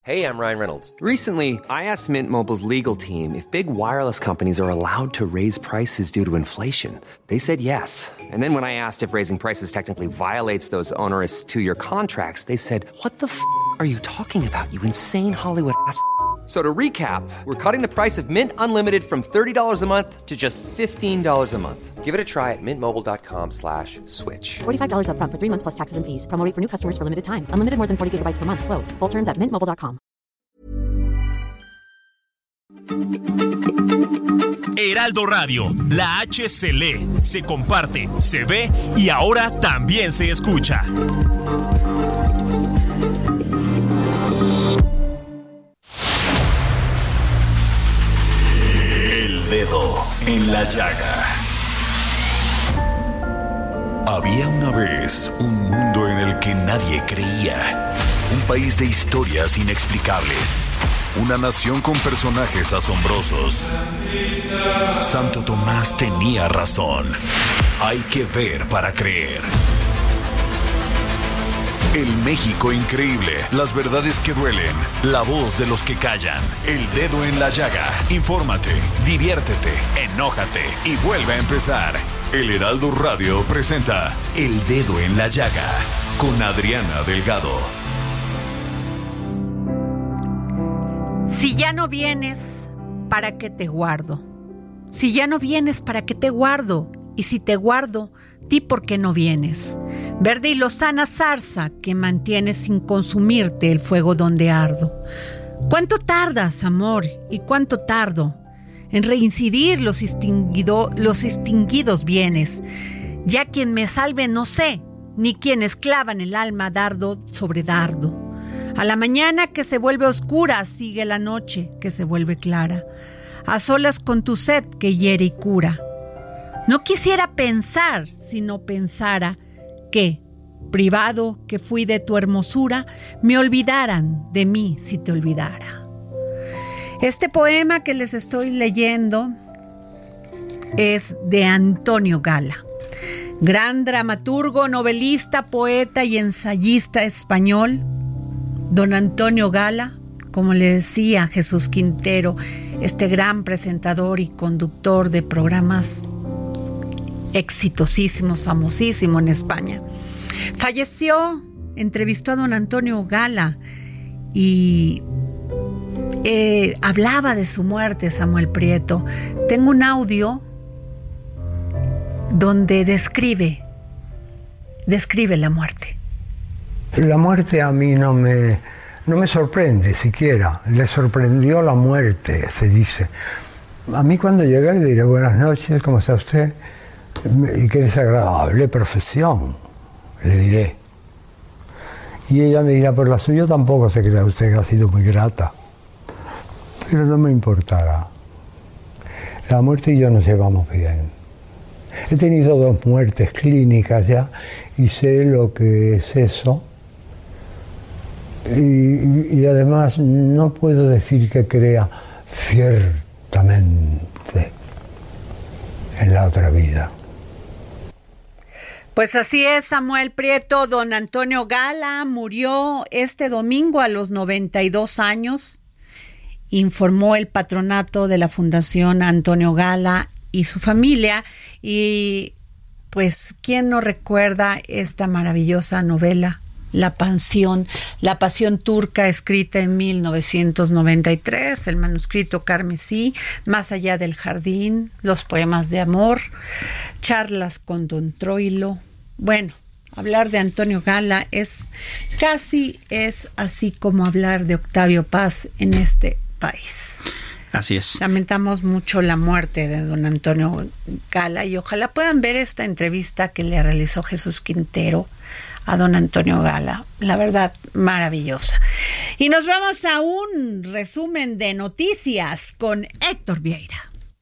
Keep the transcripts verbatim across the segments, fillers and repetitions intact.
Hey, I'm Ryan Reynolds. Recently, I asked Mint Mobile's legal team if big wireless companies are allowed to raise prices due to inflation. They said yes. And then when I asked if raising prices technically violates those onerous two-year contracts, they said, what the f*** are you talking about, you insane Hollywood ass f- So to recap, we're cutting the price of Mint Unlimited from thirty dollars a month to just fifteen dollars a month. Give it a try at mintmobile.com slash switch. forty-five dollars up front for three months plus taxes and fees. Promo rate for new customers for limited time. Unlimited more than forty gigabytes per month. Slows full terms at mint mobile dot com. Heraldo Radio, la H se lee, se comparte, se ve y ahora también se escucha. El dedo en la llaga. Había una vez un mundo en el que nadie creía. Un país de historias inexplicables. Una nación con personajes asombrosos. Santo Tomás tenía razón. Hay que ver para creer. El México increíble, las verdades que duelen, la voz de los que callan, el dedo en la llaga. Infórmate, diviértete, enójate y vuelve a empezar. El Heraldo Radio presenta El Dedo en la Llaga con Adriana Delgado. Si ya no vienes, ¿para qué te guardo? Si ya no vienes, ¿para qué te guardo? Y si te guardo, di por qué no vienes. Verde y lozana zarza que mantienes sin consumirte el fuego donde ardo. ¿Cuánto tardas, amor, y cuánto tardo en reincidir los, extinguido, los extinguidos bienes? Ya quien me salve no sé, ni quienes clavan el alma dardo sobre dardo. A la mañana que se vuelve oscura sigue la noche que se vuelve clara, a solas con tu sed que hiere y cura. No quisiera pensar si no pensara que, privado que fui de tu hermosura, me olvidaran de mí si te olvidara. Este poema que les estoy leyendo es de Antonio Gala, gran dramaturgo, novelista, poeta y ensayista español. Don Antonio Gala, como le decía Jesús Quintero, este gran presentador y conductor de programas exitosísimos, famosísimo en España. Falleció, entrevistó a don Antonio Gala y eh, hablaba de su muerte, Samuel Prieto. Tengo un audio donde describe, describe la muerte. La muerte a mí no me, no me sorprende siquiera. Le sorprendió la muerte, se dice. A mí cuando llegue le diré buenas noches, ¿cómo está usted? Y qué desagradable profesión, le diré. Y ella me dirá, por la suya tampoco se crea usted que ha sido muy grata. Pero no me importará. La muerte y yo nos llevamos bien. He tenido dos muertes clínicas ya y sé lo que es eso. Y, y además no puedo decir que crea ciertamente en la otra vida. Pues así es, Samuel Prieto. Don Antonio Gala murió este domingo a los noventa y dos años, informó el patronato de la Fundación Antonio Gala y su familia. Y pues, ¿quién no recuerda esta maravillosa novela? La Pasión, La Pasión Turca, escrita en mil novecientos noventa y tres, el manuscrito carmesí, Más allá del jardín, los poemas de amor, Charlas con Don Troilo. Bueno, hablar de Antonio Gala es casi es así como hablar de Octavio Paz en este país. Así es. Lamentamos mucho la muerte de don Antonio Gala y ojalá puedan ver esta entrevista que le realizó Jesús Quintero a don Antonio Gala. La verdad, maravillosa. Y nos vamos a un resumen de noticias con Héctor Vieira.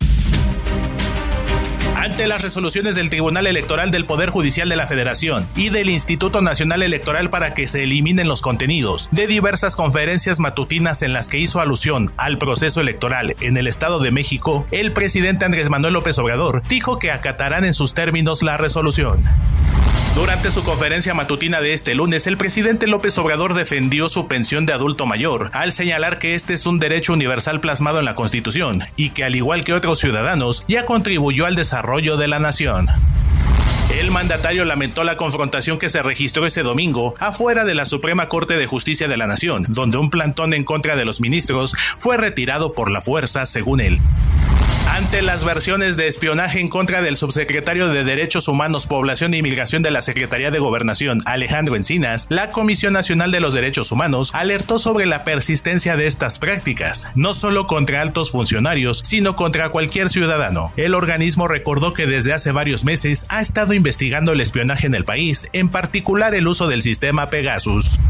Ante las resoluciones del Tribunal Electoral del Poder Judicial de la Federación y del Instituto Nacional Electoral para que se eliminen los contenidos de diversas conferencias matutinas en las que hizo alusión al proceso electoral en el Estado de México, el presidente Andrés Manuel López Obrador dijo que acatarán en sus términos la resolución. Durante su conferencia matutina de este lunes, el presidente López Obrador defendió su pensión de adulto mayor, al señalar que este es un derecho universal plasmado en la Constitución y que, al igual que otros ciudadanos, ya contribuyó al desarrollo de la nación. El mandatario lamentó la confrontación que se registró este domingo afuera de la Suprema Corte de Justicia de la Nación, donde un plantón en contra de los ministros fue retirado por la fuerza, según él. Ante las versiones de espionaje en contra del subsecretario de Derechos Humanos, Población e Inmigración de la Secretaría de Gobernación, Alejandro Encinas, la Comisión Nacional de los Derechos Humanos alertó sobre la persistencia de estas prácticas, no solo contra altos funcionarios, sino contra cualquier ciudadano. El organismo recordó que desde hace varios meses ha estado investigando el espionaje en el país, en particular el uso del sistema Pegasus.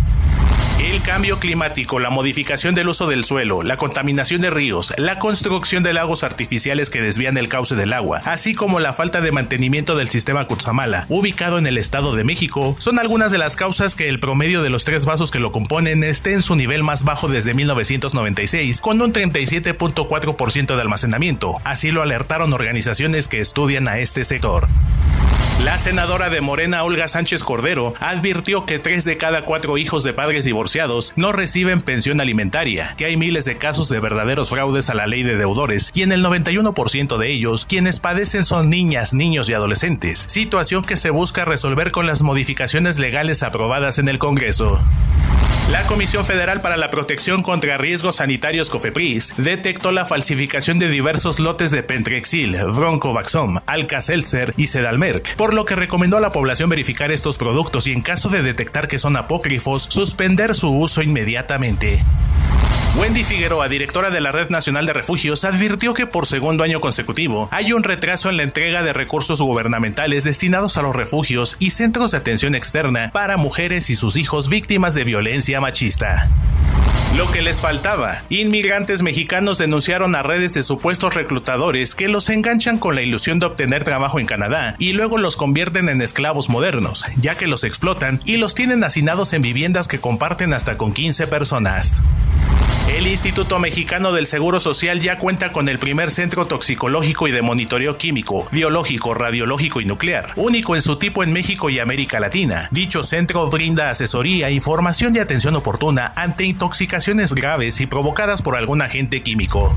El cambio climático, la modificación del uso del suelo, la contaminación de ríos, la construcción de lagos artificiales que desvían el cauce del agua, así como la falta de mantenimiento del sistema Cutzamala, ubicado en el Estado de México, son algunas de las causas que el promedio de los tres vasos que lo componen esté en su nivel más bajo desde mil novecientos noventa y seis, con un treinta y siete punto cuatro por ciento de almacenamiento. Así lo alertaron organizaciones que estudian a este sector. La senadora de Morena, Olga Sánchez Cordero, advirtió que tres de cada cuatro hijos de padres divorciados no reciben pensión alimentaria, que hay miles de casos de verdaderos fraudes a la ley de deudores y en el noventa y uno por ciento de ellos quienes padecen son niñas, niños y adolescentes, situación que se busca resolver con las modificaciones legales aprobadas en el Congreso. La Comisión Federal para la Protección contra Riesgos Sanitarios COFEPRIS detectó la falsificación de diversos lotes de Pentrexil, Broncovaxom, Alka-Seltzer y Sedalmerc, por lo que recomendó a la población verificar estos productos y en caso de detectar que son apócrifos, suspender su uso inmediatamente. Wendy Figueroa, directora de la Red Nacional de Refugios, advirtió que por segundo año consecutivo hay un retraso en la entrega de recursos gubernamentales destinados a los refugios y centros de atención externa para mujeres y sus hijos víctimas de violencia machista. Lo que les faltaba, inmigrantes mexicanos denunciaron a redes de supuestos reclutadores que los enganchan con la ilusión de obtener trabajo en Canadá y luego los convierten en esclavos modernos, ya que los explotan y los tienen hacinados en viviendas que comparten hasta con quince personas. El Instituto Mexicano del Seguro Social ya cuenta con el primer centro toxicológico y de monitoreo químico, biológico, radiológico y nuclear, único en su tipo en México y América Latina. Dicho centro brinda asesoría, información y atención oportuna ante intoxicaciones graves y provocadas por algún agente químico.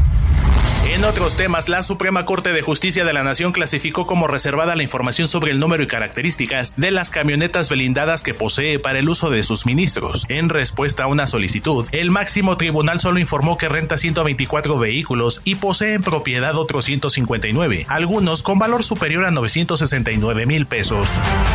En otros temas, la Suprema Corte de Justicia de la Nación clasificó como reservada la información sobre el número y características de las camionetas blindadas que posee para el uso de sus ministros. En respuesta a una solicitud, el máximo tribunal solo informó que renta ciento veinticuatro vehículos y posee en propiedad otros ciento cincuenta y nueve, algunos con valor superior a novecientos sesenta y nueve mil pesos.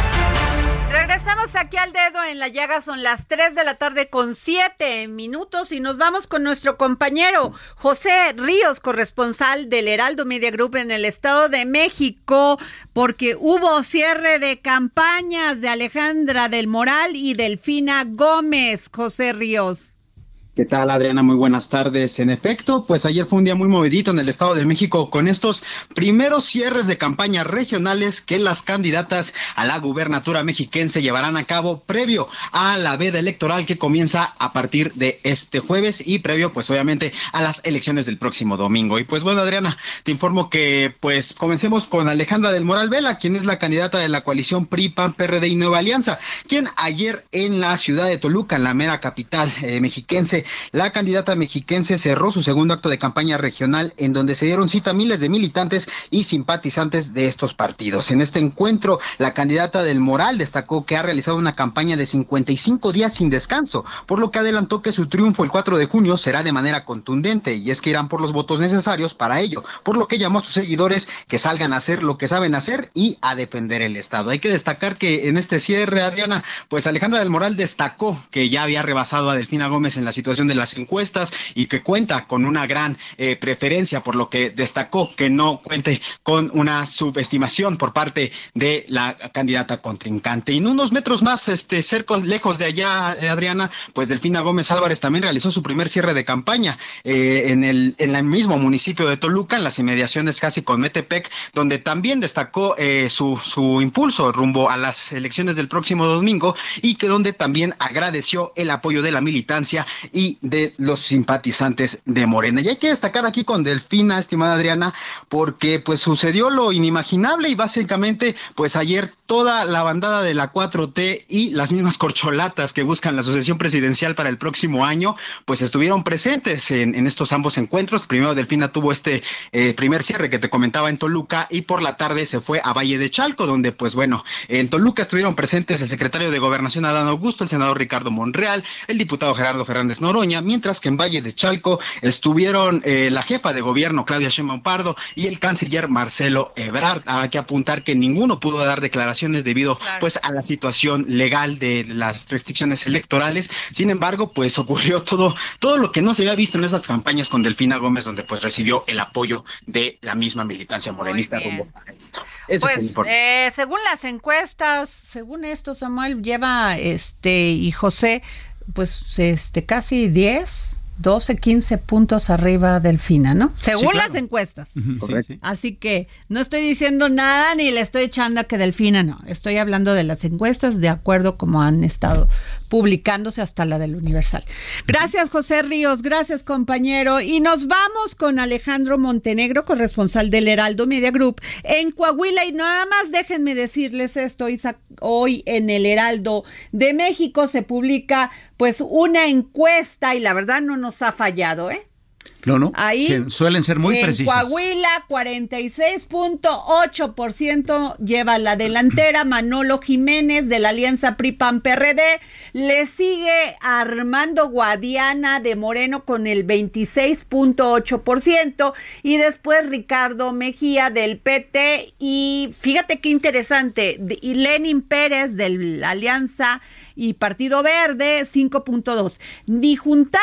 Regresamos aquí al dedo en la llaga, son las tres de la tarde con siete minutos y nos vamos con nuestro compañero José Ríos, corresponsal del Heraldo Media Group en el Estado de México, porque hubo cierre de campañas de Alejandra del Moral y Delfina Gómez. José Ríos. ¿Qué tal, Adriana? Muy buenas tardes. En efecto, pues ayer fue un día muy movidito en el Estado de México con estos primeros cierres de campañas regionales que las candidatas a la gubernatura mexiquense llevarán a cabo previo a la veda electoral que comienza a partir de este jueves y previo, pues obviamente, a las elecciones del próximo domingo. Y pues bueno, Adriana, te informo que pues comencemos con Alejandra del Moral Vela, quien es la candidata de la coalición P R I, P A N, P R D y Nueva Alianza, quien ayer en la ciudad de Toluca, en la mera capital eh, mexiquense, la candidata mexiquense cerró su segundo acto de campaña regional en donde se dieron cita miles de militantes y simpatizantes de estos partidos. En este encuentro, la candidata del Moral destacó que ha realizado una campaña de cincuenta y cinco días sin descanso, por lo que adelantó que su triunfo el cuatro de junio será de manera contundente y es que irán por los votos necesarios para ello, por lo que llamó a sus seguidores que salgan a hacer lo que saben hacer y a defender el Estado. Hay que destacar que en este cierre, Adriana, pues Alejandra del Moral destacó que ya había rebasado a Delfina Gómez en la situación de las encuestas y que cuenta con una gran eh, preferencia, por lo que destacó que no cuente con una subestimación por parte de la candidata contrincante. Y en unos metros más, este, cerca, lejos de allá, eh, Adriana, pues Delfina Gómez Álvarez también realizó su primer cierre de campaña eh, en el en el mismo municipio de Toluca, en las inmediaciones casi con Metepec, donde también destacó eh, su, su impulso rumbo a las elecciones del próximo domingo y que donde también agradeció el apoyo de la militancia y y de los simpatizantes de Morena. Y hay que destacar aquí con Delfina, estimada Adriana, porque pues sucedió lo inimaginable y básicamente pues ayer toda la bandada de la cuatro T y las mismas corcholatas que buscan la sucesión presidencial para el próximo año pues estuvieron presentes en, en estos ambos encuentros. Primero Delfina tuvo este eh, primer cierre que te comentaba en Toluca y por la tarde se fue a Valle de Chalco, donde pues bueno, en Toluca estuvieron presentes el secretario de Gobernación Adán Augusto, el senador Ricardo Monreal, el diputado Gerardo Fernández Noroña, mientras que en Valle de Chalco estuvieron eh, la jefa de gobierno Claudia Sheinbaum Pardo y el canciller Marcelo Ebrard. Hay que apuntar que ninguno pudo dar declaraciones debido claro. pues a la situación legal de las restricciones electorales. Sin embargo, pues ocurrió todo todo lo que no se había visto en esas campañas con Delfina Gómez, donde pues recibió el apoyo de la misma militancia morenista rumbo a esto. Eso pues es eh, según las encuestas, según esto, Samuel lleva este y José pues este casi diez, doce, quince puntos arriba Delfina, ¿no? Según sí, claro. las encuestas. Uh-huh, sí, sí. Así que no estoy diciendo nada ni le estoy echando a que Delfina no. Estoy hablando de las encuestas de acuerdo como han estado publicándose hasta la del Universal. Gracias, José Ríos. Gracias, compañero. Y nos vamos con Alejandro Montenegro, corresponsal del Heraldo Media Group en Coahuila. Y nada más déjenme decirles esto, Isaac, hoy en el Heraldo de México se publica pues una encuesta y la verdad no nos ha fallado, ¿eh? No, no, ahí que suelen ser muy en precisas. Coahuila, cuarenta y seis punto ocho por ciento lleva la delantera Manolo Jiménez de la alianza P R I P A N P R D, le sigue Armando Guadiana de Moreno con el veintiséis punto ocho por ciento y después Ricardo Mejía del P T y fíjate qué interesante, y Lenin Pérez de la alianza y Partido Verde, cinco punto dos. Ni juntando,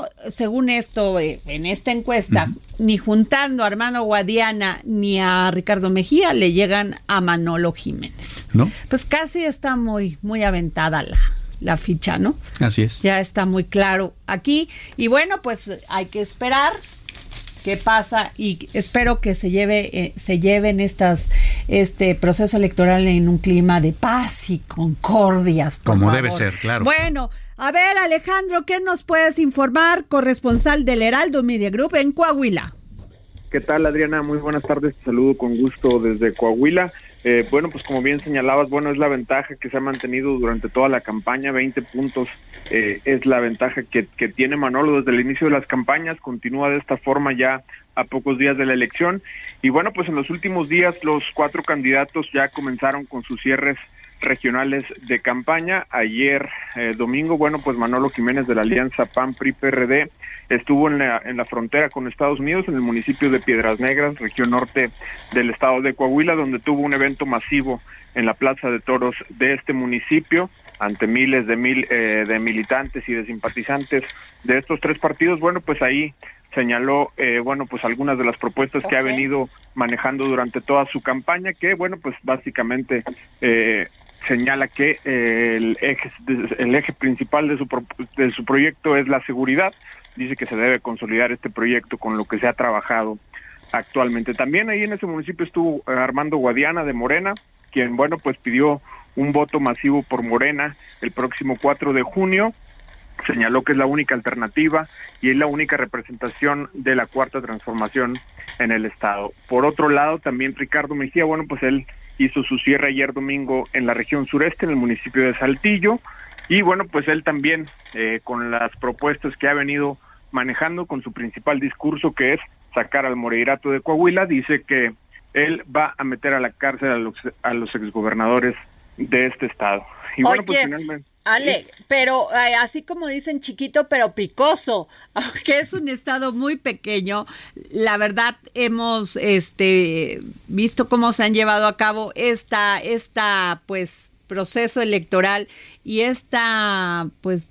según esto, eh, en esta encuesta, uh-huh. ni juntando a Armando Guadiana ni a Ricardo Mejía le llegan a Manolo Jiménez. ¿No? Pues casi está muy, muy aventada la, la ficha, ¿no? Así es. Ya está muy claro aquí. Y bueno, pues hay que esperar qué pasa y espero que se lleve eh, se lleven estas este proceso electoral en un clima de paz y concordia, como favor. Debe ser, claro. Bueno, a ver, Alejandro, ¿qué nos puedes informar? Corresponsal del Heraldo Media Group en Coahuila. ¿Qué tal, Adriana? Muy buenas tardes, te saludo con gusto desde Coahuila. Eh, bueno, pues como bien señalabas, bueno, es la ventaja que se ha mantenido durante toda la campaña, veinte puntos eh, es la ventaja que, que tiene Manolo desde el inicio de las campañas, continúa de esta forma ya a pocos días de la elección, y bueno, pues en los últimos días los cuatro candidatos ya comenzaron con sus cierres regionales de campaña. Ayer eh, domingo, bueno, pues Manolo Jiménez de la alianza P A N P R I P R D estuvo en la, en la frontera con Estados Unidos, en el municipio de Piedras Negras, región norte del estado de Coahuila, donde tuvo un evento masivo en la Plaza de Toros de este municipio, ante miles de mil eh, de militantes y de simpatizantes de estos tres partidos. Bueno, pues ahí señaló, eh, bueno, pues algunas de las propuestas okay. que ha venido manejando durante toda su campaña, que, bueno, pues básicamente eh, señala que eh, el eje el eje principal de su pro, de su proyecto es la seguridad. Dice que se debe consolidar este proyecto con lo que se ha trabajado actualmente. También ahí en ese municipio estuvo Armando Guadiana de Morena, quien, bueno, pues pidió un voto masivo por Morena el próximo cuatro de junio. Señaló que es la única alternativa y es la única representación de la cuarta transformación en el estado. Por otro lado, también Ricardo Mejía, bueno, pues él hizo su cierre ayer domingo en la región sureste, en el municipio de Saltillo, y bueno, pues él también, eh, con las propuestas que ha venido manejando, con su principal discurso, que es sacar al Moreirato de Coahuila, dice que él va a meter a la cárcel a los, a los exgobernadores de este estado. Y Oye, bueno, pues finalmente... Ale, pero eh, así como dicen, chiquito pero picoso, aunque es un estado muy pequeño, la verdad hemos este visto cómo se han llevado a cabo esta esta pues proceso electoral y esta pues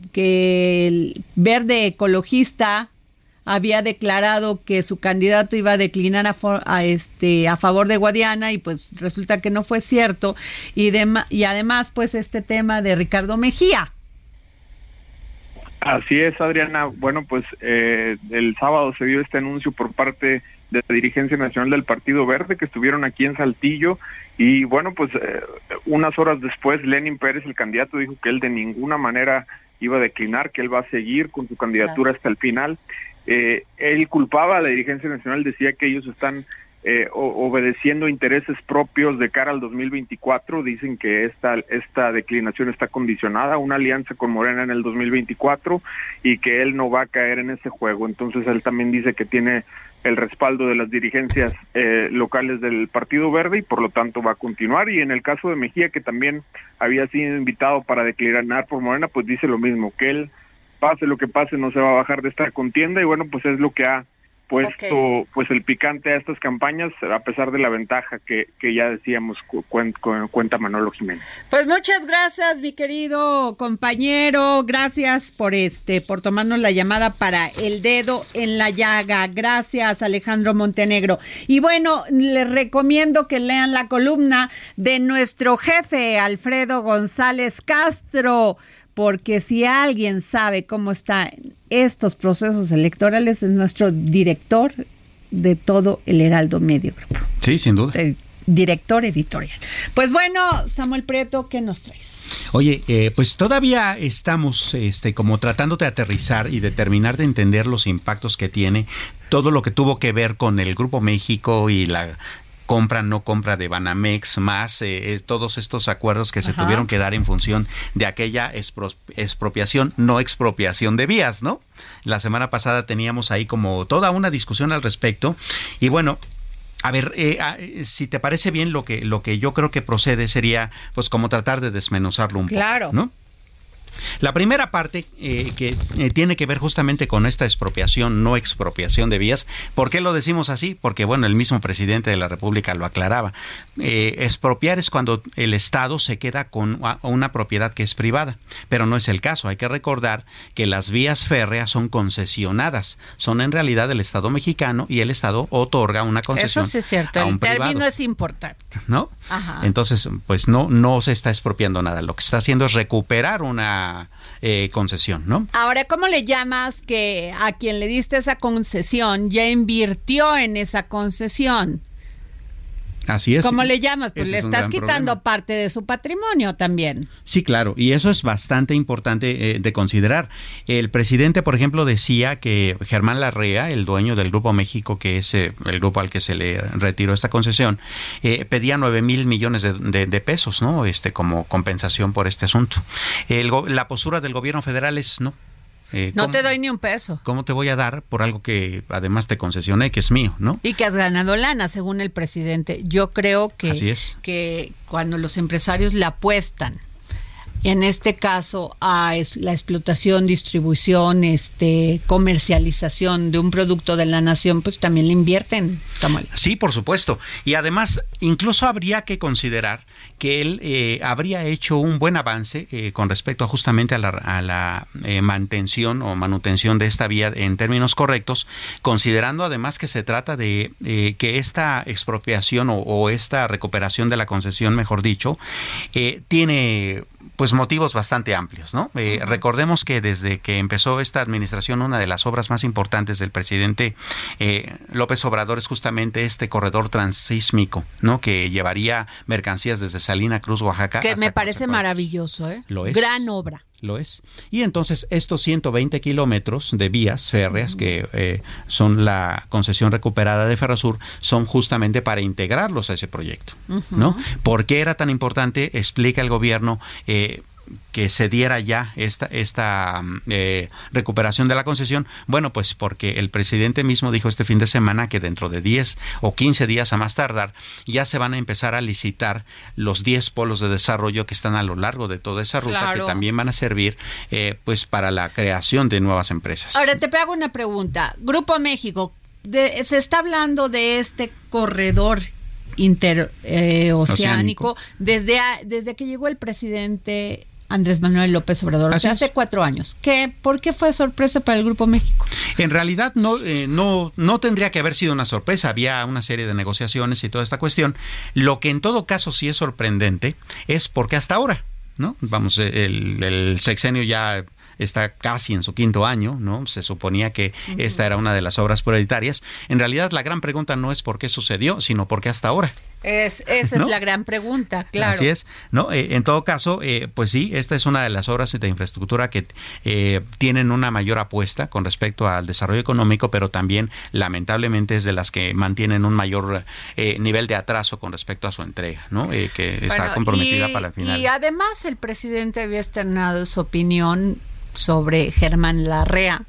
que el Verde Ecologista había declarado que su candidato iba a declinar a, for, a este a favor de Guadiana y pues resulta que no fue cierto y de, y además pues este tema de Ricardo Mejía. Así es, Adriana. Bueno, pues eh, el sábado se dio este anuncio por parte de la dirigencia nacional del Partido Verde, que estuvieron aquí en Saltillo, y bueno, pues eh, unas horas después Lenín Pérez, el candidato, dijo que él de ninguna manera iba a declinar, que él va a seguir con su candidatura hasta el final. Eh, él culpaba a la dirigencia nacional, decía que ellos están eh, o, obedeciendo intereses propios de cara al dos mil veinticuatro, dicen que esta, esta declinación está condicionada a una alianza con Morena en el dos mil veinticuatro y que él no va a caer en ese juego. Entonces él también dice que tiene el respaldo de las dirigencias eh, locales del Partido Verde y por lo tanto va a continuar. Y en el caso de Mejía, que también había sido invitado para declinar por Morena, pues dice lo mismo, que él, pase lo que pase, no se va a bajar de esta contienda, y bueno, pues es lo que ha puesto okay. pues el picante a estas campañas, a pesar de la ventaja que, que ya decíamos cu- cu- cuenta Manolo Jiménez. Pues muchas gracias, mi querido compañero, gracias por este, por tomarnos la llamada para El Dedo en la Llaga. Gracias, Alejandro Montenegro. Y bueno, les recomiendo que lean la columna de nuestro jefe, Alfredo González Castro, porque si alguien sabe cómo están estos procesos electorales, es nuestro director de todo el Heraldo Medio Grupo. Sí, sin duda. El director editorial. Pues bueno, Samuel Prieto, ¿qué nos traes? Oye, eh, pues todavía estamos este, como tratando de aterrizar y de terminar de entender los impactos que tiene todo lo que tuvo que ver con el Grupo México y la compra, no compra de Banamex, más eh, todos estos acuerdos que se Ajá. tuvieron que dar en función de aquella expro- expropiación, no expropiación de vías, ¿no? La semana pasada teníamos ahí como toda una discusión al respecto, y bueno, a ver, eh, eh, si te parece bien, lo que lo que yo creo que procede sería pues como tratar de desmenuzarlo un claro. poco, ¿no? La primera parte eh, que eh, tiene que ver justamente con esta expropiación, no expropiación de vías. ¿Por qué lo decimos así? Porque, bueno, el mismo presidente de la República lo aclaraba. Eh, expropiar es cuando el Estado se queda con una propiedad que es privada, pero no es el caso. Hay que recordar que las vías férreas son concesionadas, son en realidad del Estado mexicano y el Estado otorga una concesión. Eso sí es cierto, a un el término privado. Es importante, ¿no? Ajá. Entonces, pues no, no se está expropiando nada. Lo que se está haciendo es recuperar una Eh, concesión, ¿no? Ahora, ¿cómo le llamas que a quien le diste esa concesión ya invirtió en esa concesión? Así es. ¿Cómo le llamas? Pues Ese le es un estás gran quitando problema. parte de su patrimonio también. Sí, claro, y eso es bastante importante eh, de considerar. El presidente, por ejemplo, decía que Germán Larrea, el dueño del Grupo México, que es eh, el grupo al que se le retiró esta concesión, eh, pedía nueve mil millones de, de, de pesos, ¿no? Este, como compensación por este asunto. El, la postura del gobierno federal es no. Eh, no ¿cómo, te doy ni un peso. ¿Cómo te voy a dar por algo que además te concesioné, que es mío, ¿no? Y que has ganado lana, según el presidente. Yo creo que, Así es. que cuando los empresarios le apuestan, en este caso, a la explotación, distribución, este, comercialización de un producto de la nación, pues también le invierten, Samuel. Sí, por supuesto. Y además, incluso habría que considerar que él eh, habría hecho un buen avance eh, con respecto a justamente a la, a la eh, mantención o manutención de esta vía en términos correctos, considerando además que se trata de eh, que esta expropiación o, o esta recuperación de la concesión, mejor dicho, eh, tiene pues motivos bastante amplios, ¿no? Eh, uh-huh. Recordemos que desde que empezó esta administración, una de las obras más importantes del presidente eh, López Obrador es justamente este corredor transísmico, ¿no? Que llevaría mercancías desde Salina Cruz, Oaxaca. Que me parece maravilloso, ¿eh? Lo es. Gran obra. Lo es. Y entonces estos ciento veinte kilómetros de vías férreas, uh-huh, que eh, son la concesión recuperada de Ferrosur, son justamente para integrarlos a ese proyecto, uh-huh. ¿no? ¿Por qué era tan importante? Explica el gobierno eh, que se diera ya esta esta eh, recuperación de la concesión. Bueno, pues porque el presidente mismo dijo este fin de semana que dentro de diez o quince días a más tardar ya se van a empezar a licitar los diez polos de desarrollo que están a lo largo de toda esa ruta, claro, que también van a servir eh, pues para la creación de nuevas empresas. Ahora te hago una pregunta. Grupo México, de, se está hablando de este corredor interoceánico eh, desde, desde que llegó el presidente Andrés Manuel López Obrador, o sea, hace cuatro años. ¿Qué, ¿Por qué fue sorpresa para el Grupo México? En realidad no, eh, no, no tendría que haber sido una sorpresa. Había una serie de negociaciones y toda esta cuestión. Lo que en todo caso sí es sorprendente es porque hasta ahora, ¿no? Vamos, el, el sexenio ya está casi en su quinto año, ¿no? Se suponía que uh-huh. esta era una de las obras prioritarias. En realidad, la gran pregunta no es por qué sucedió, sino por qué hasta ahora. Es, esa ¿no? es la gran pregunta, claro. Así es, ¿no? Eh, en todo caso, eh, pues sí, esta es una de las obras de infraestructura que eh, tienen una mayor apuesta con respecto al desarrollo económico, pero también, lamentablemente, es de las que mantienen un mayor eh, nivel de atraso con respecto a su entrega, ¿no? Eh, que bueno, está comprometida y, para el final. Y además, el presidente había externado su opinión sobre Germán Larrea,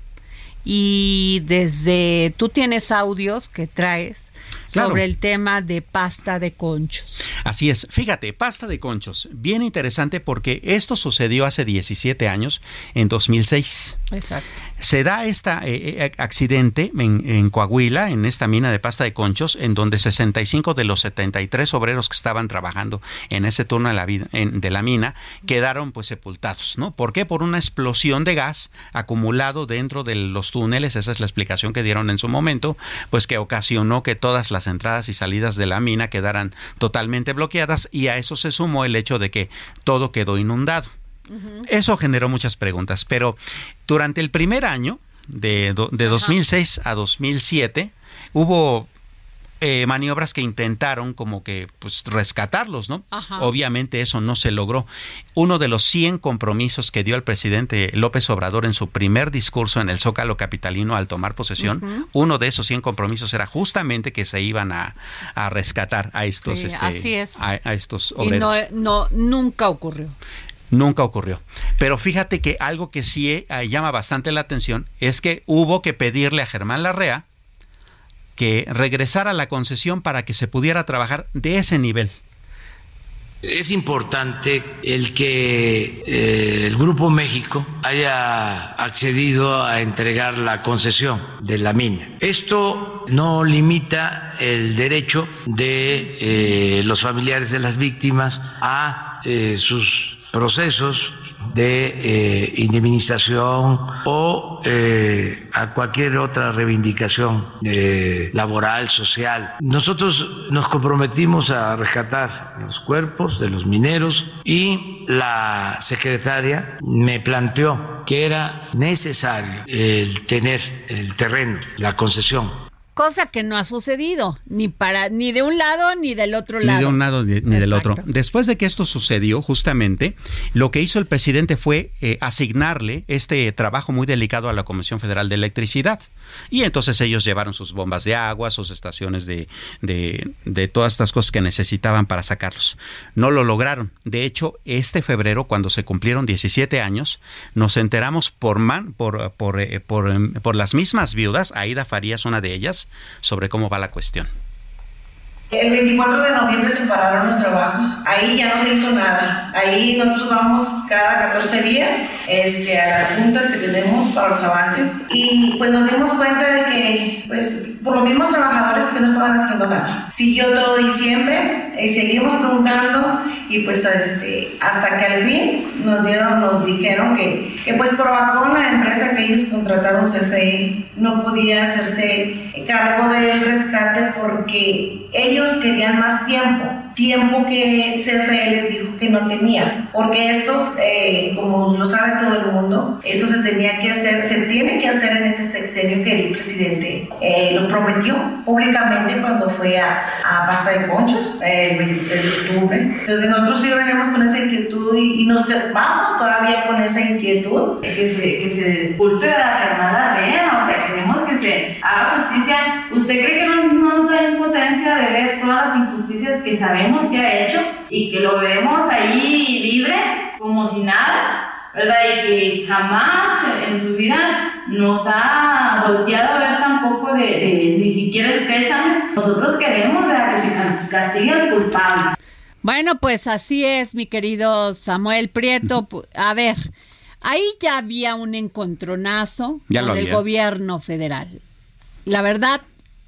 y desde, tú tienes audios que traes Claro. sobre el tema de pasta de conchos. Así es. Fíjate, pasta de conchos. Bien interesante porque esto sucedió hace diecisiete años, en dos mil seis. Exacto. Se da este eh, accidente en, en Coahuila, en esta mina de pasta de conchos, en donde sesenta y cinco de los setenta y tres obreros que estaban trabajando en ese turno de la, vida, en, de la mina quedaron pues sepultados, ¿no? ¿Por qué? Por una explosión de gas acumulado dentro de los túneles. Esa es la explicación que dieron en su momento, pues que ocasionó que todas las entradas y salidas de la mina quedaran totalmente bloqueadas, y a eso se sumó el hecho de que todo quedó inundado. Uh-huh. Eso generó muchas preguntas, pero durante el primer año de, de dos mil seis a dos mil siete hubo Eh, maniobras que intentaron como que pues rescatarlos, ¿no? Ajá. Obviamente eso no se logró. Uno de los cien compromisos que dio el presidente López Obrador en su primer discurso en el Zócalo capitalino al tomar posesión, uh-huh. uno de esos cien compromisos era justamente que se iban a, a rescatar a estos, sí, este, así es. a, a estos obreros. Y no, no, nunca ocurrió. Nunca ocurrió. Pero fíjate que algo que sí eh, llama bastante la atención es que hubo que pedirle a Germán Larrea que regresara la concesión para que se pudiera trabajar de ese nivel. Es importante el que eh, el Grupo México haya accedido a entregar la concesión de la mina. Esto no limita el derecho de eh, los familiares de las víctimas a eh, sus procesos de eh, indemnización o eh, a cualquier otra reivindicación eh, laboral, social. Nosotros nos comprometimos a rescatar los cuerpos de los mineros y la secretaria me planteó que era necesario el tener el terreno, la concesión. Cosa que no ha sucedido, ni para ni de un lado ni del otro lado. Ni de un lado ni, ni del otro. Después de que esto sucedió, justamente, lo que hizo el presidente fue eh, asignarle este trabajo muy delicado a la Comisión Federal de Electricidad. Y entonces ellos llevaron sus bombas de agua, sus estaciones de, de, de todas estas cosas que necesitaban para sacarlos. No lo lograron. De hecho, este febrero, cuando se cumplieron diecisiete años, nos enteramos por, man, por, por, eh, por, por, por las mismas viudas, Aida Farías, una de ellas, sobre cómo va la cuestión. El veinticuatro de noviembre se pararon los trabajos, ahí ya no se hizo nada, ahí nosotros vamos cada catorce días este, a las juntas que tenemos para los avances y pues nos dimos cuenta de que pues por los mismos trabajadores que no estaban haciendo nada. Siguió todo diciembre y seguimos preguntando y pues este, hasta que al fin nos dieron, nos dijeron que, que pues Provacon, la empresa que ellos contrataron, C F E, no podía hacerse cargo del rescate porque ellos querían más tiempo, tiempo que C F E les dijo que no tenía, porque estos, eh, como lo sabe todo el mundo, eso se tenía que hacer, se tiene que hacer en ese sexenio que el presidente eh, lo prometió públicamente cuando fue a, a Pasta de Conchos eh, el veintitrés de octubre. Entonces nosotros sí venimos con esa inquietud y, y nos vamos todavía con esa inquietud. Que se, que se culpe a Germán Larrea, o sea, queremos que se haga justicia. ¿Usted cree que no, no nos da impotencia de ver todas las injusticias que sabemos que ha hecho y que lo vemos ahí libre, como si nada, ¿verdad? Y que jamás en su vida nos ha volteado a ver tampoco de, de ni siquiera el pésame. Nosotros queremos, ¿verdad?, que se castigue al culpable. Bueno, pues así es, mi querido Samuel Prieto. A ver, ahí ya había un encontronazo ya con el gobierno federal. La verdad,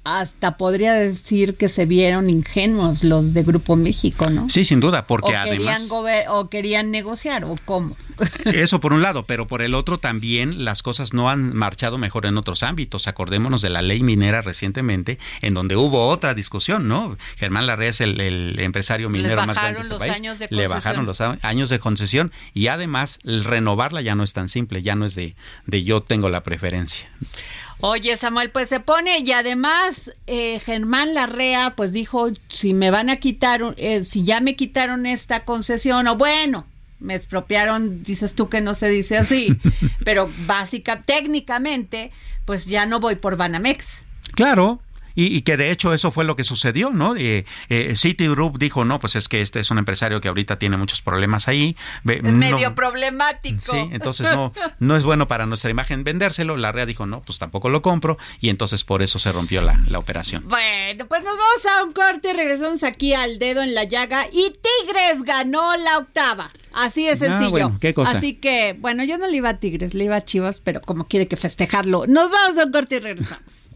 hasta podría decir que se vieron ingenuos los de Grupo México, ¿no? Sí, sin duda, porque o querían además... gober- o querían negociar, ¿o cómo? Eso por un lado, pero por el otro también las cosas no han marchado mejor en otros ámbitos. Acordémonos de la ley minera recientemente, en donde hubo otra discusión, ¿no? Germán Larrea es el, el empresario minero más grande de este país. Años de Le bajaron los años de concesión y además el renovarla ya no es tan simple, ya no es de, de yo tengo la preferencia. Oye, Samuel, pues se pone, y además eh, Germán Larrea pues dijo, si me van a quitar, eh, si ya me quitaron esta concesión, o bueno, me expropiaron, dices tú que no se dice así, pero básica, técnicamente, pues ya no voy por Banamex. Claro. Y, y que de hecho eso fue lo que sucedió, ¿no? Eh, eh, Citigroup dijo, no, pues es que este es un empresario que ahorita tiene muchos problemas ahí. Es no, medio problemático. Sí, entonces no, no es bueno para nuestra imagen vendérselo. Larrea dijo, no, pues tampoco lo compro. Y entonces por eso se rompió la, la operación. Bueno, pues nos vamos a un corte y regresamos aquí al Dedo en la Llaga. Y Tigres ganó la octava. Así de sencillo. Ah, bueno, ¿qué cosa? Así que, bueno, yo no le iba a Tigres, le iba a Chivas, pero como quiere que festejarlo. Nos vamos a un corte y regresamos.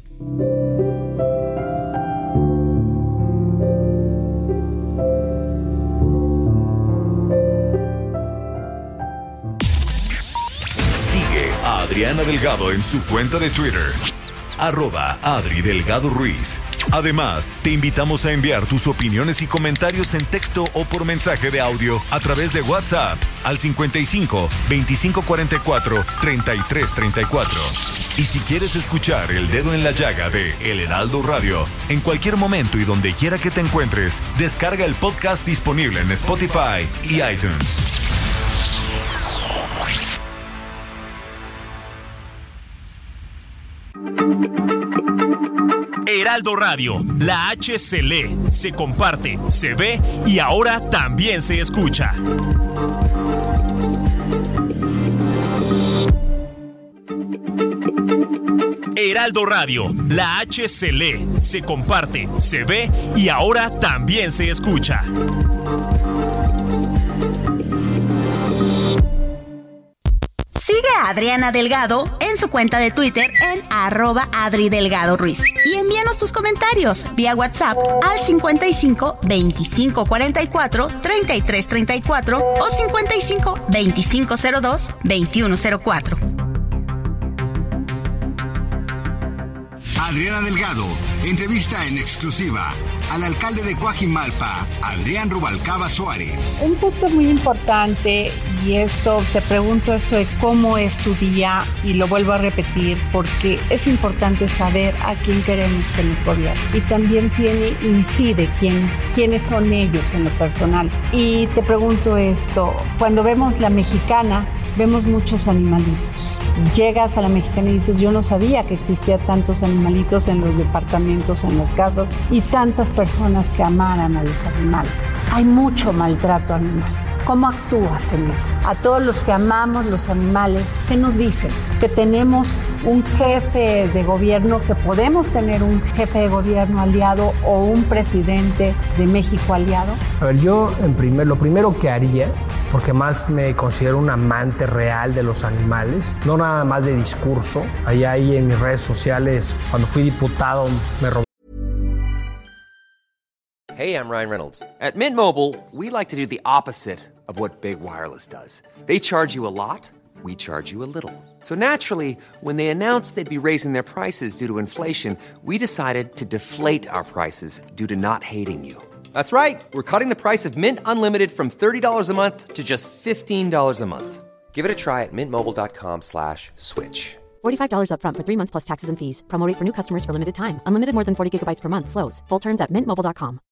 Sigue a Adriana Delgado en su cuenta de Twitter, arroba Adri Delgado Ruiz. Además, te invitamos a enviar tus opiniones y comentarios en texto o por mensaje de audio a través de WhatsApp al cincuenta y cinco, veinticinco cuarenta y cuatro, treinta y tres treinta y cuatro. Y si quieres escuchar El Dedo en la Llaga de El Heraldo Radio, en cualquier momento y donde quiera que te encuentres, descarga el podcast disponible en Spotify y iTunes. Heraldo Radio, la H se lee, se comparte, se ve y ahora también se escucha. Heraldo Radio, la H se lee, se comparte, se ve y ahora también se escucha. Sigue a Adriana Delgado en su cuenta de Twitter en arroba Adri Delgado Ruiz. Y envíanos tus comentarios vía WhatsApp al cincuenta y cinco, veinticinco cuarenta y cuatro, treinta y tres treinta y cuatro o cincuenta y cinco, veinticinco cero dos, veintiuno cero cuatro. Adriana Delgado entrevista en exclusiva al alcalde de Coajimalpa, Adrián Rubalcaba Suárez. Un punto muy importante, y esto, te pregunto esto de cómo es tu día, y lo vuelvo a repetir porque es importante saber a quién queremos que nos gobierne. Y también tiene, incide quiénes, quiénes son ellos en lo personal. Y te pregunto esto, cuando vemos La Mexicana, vemos muchos animalitos. Llegas a La Mexicana y dices, yo no sabía que existía tantos animalitos en los departamentos, en las casas, y tantas personas que amaran a los animales. Hay mucho maltrato animal. ¿Cómo actúas en eso? A todos los que amamos los animales, ¿qué nos dices? ¿Que tenemos un jefe de gobierno, que podemos tener un jefe de gobierno aliado o un presidente de México aliado? A ver, yo en primer, lo primero que haría, porque más me considero un amante real de los animales, no nada más de discurso. Allá ahí en mis redes sociales, cuando fui diputado, me robé. Hey, I'm Ryan Reynolds. At Mint Mobile, we like to do the opposite of what Big Wireless does. They charge you a lot, we charge you a little. So naturally, when they announced they'd be raising their prices due to inflation, we decided to deflate our prices due to not hating you. That's right. We're cutting the price of Mint Unlimited from thirty dollars a month to just fifteen dollars a month. Give it a try at mintmobile.com slash switch. forty-five dollars up front for three months plus taxes and fees. Promo rate for new customers for limited time. Unlimited more than forty gigabytes per month. Slows full terms at mint mobile dot com.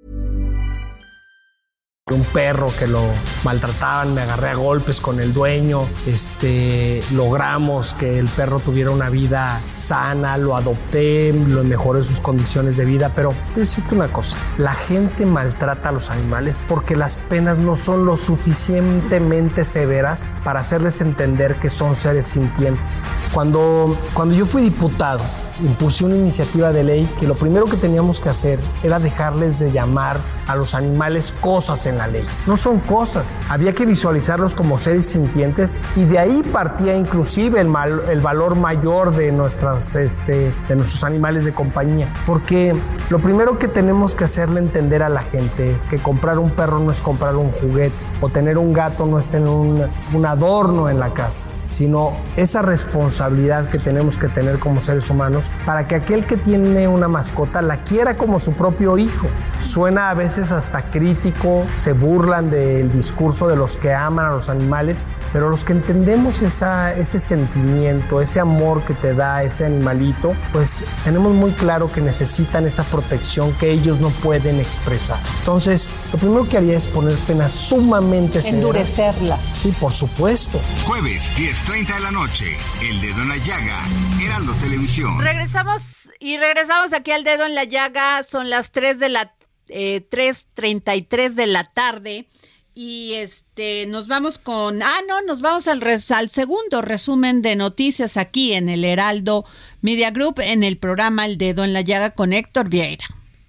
Un perro que lo maltrataban, me agarré a golpes con el dueño, este, logramos que el perro tuviera una vida sana, lo adopté, lo mejoré sus condiciones de vida, pero quiero decirte una cosa, la gente maltrata a los animales porque las penas no son lo suficientemente severas para hacerles entender que son seres sintientes. Cuando, cuando yo fui diputado, impulsé una iniciativa de ley que lo primero que teníamos que hacer era dejarles de llamar a los animales cosas en la ley. No son cosas, había que visualizarlos como seres sintientes y de ahí partía inclusive el, mal, el valor mayor de, nuestras, este, de nuestros animales de compañía. Porque lo primero que tenemos que hacerle entender a la gente es que comprar un perro no es comprar un juguete, o tener un gato no es tener un, un adorno en la casa, sino esa responsabilidad que tenemos que tener como seres humanos para que aquel que tiene una mascota la quiera como su propio hijo. Suena a veces hasta crítico, se burlan del discurso de los que aman a los animales, pero los que entendemos esa, ese sentimiento, ese amor que te da ese animalito, pues tenemos muy claro que necesitan esa protección que ellos no pueden expresar. Entonces, lo primero que haría es poner penas sumamente severas. Endurecerlas. Sí, por supuesto. Jueves, diez treinta de la noche, El Dedo en la Llaga, Heraldo Televisión. Regresamos y regresamos aquí al Dedo en la Llaga. Son las tres de la eh, tres treinta y tres de la tarde y este nos vamos con ah no nos vamos al res, al segundo resumen de noticias aquí en el Heraldo Media Group en el programa El Dedo en la Llaga con Héctor Vieira.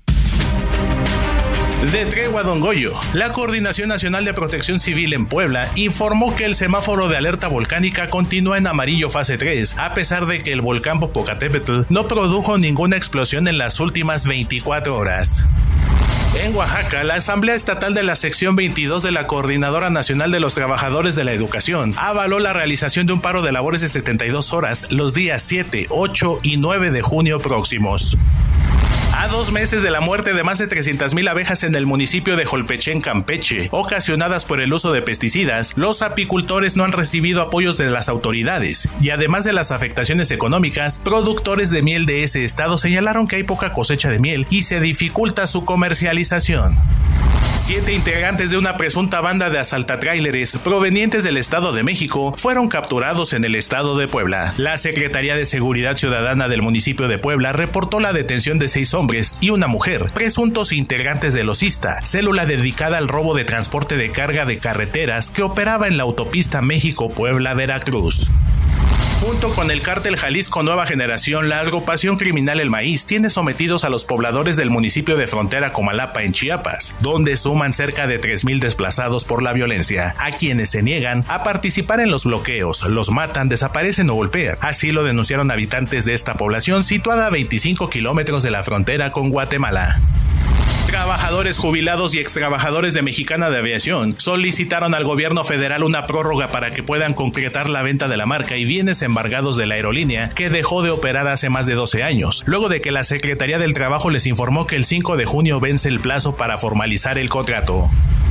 De tregua a Don Goyo, la Coordinación Nacional de Protección Civil en Puebla informó que el semáforo de alerta volcánica continúa en amarillo fase tres, a pesar de que el volcán Popocatépetl no produjo ninguna explosión en las últimas veinticuatro horas. En Oaxaca, la Asamblea Estatal de la Sección veintidós de la Coordinadora Nacional de los Trabajadores de la Educación avaló la realización de un paro de labores de setenta y dos horas los días siete, ocho y nueve de junio próximos. A dos meses de la muerte de más de trescientas mil abejas en el municipio de Jolpechén, Campeche, ocasionadas por el uso de pesticidas, los apicultores no han recibido apoyos de las autoridades y además de las afectaciones económicas, productores de miel de ese estado señalaron que hay poca cosecha de miel y se dificulta su comercialización. Siete integrantes de una presunta banda de asaltatráileres provenientes del Estado de México fueron capturados en el estado de Puebla. La Secretaría de Seguridad Ciudadana del municipio de Puebla reportó la detención de seis hombres y una mujer, presuntos integrantes de Losista, célula dedicada al robo de transporte de carga de carreteras que operaba en la autopista México-Puebla-Veracruz. Junto con el cártel Jalisco Nueva Generación, la agrupación criminal El Maíz tiene sometidos a los pobladores del municipio de frontera Comalapa en Chiapas, donde suman cerca de tres mil desplazados por la violencia, a quienes se niegan a participar en los bloqueos, los matan, desaparecen o golpean. Así lo denunciaron habitantes de esta población situada a veinticinco kilómetros de la frontera con Guatemala. Trabajadores jubilados y extrabajadores de Mexicana de Aviación solicitaron al gobierno federal una prórroga para que puedan concretar la venta de la marca y bienes embargados de la aerolínea que dejó de operar hace más de doce años, luego de que la Secretaría del Trabajo les informó que el cinco de junio vence el plazo para formalizar el contrato.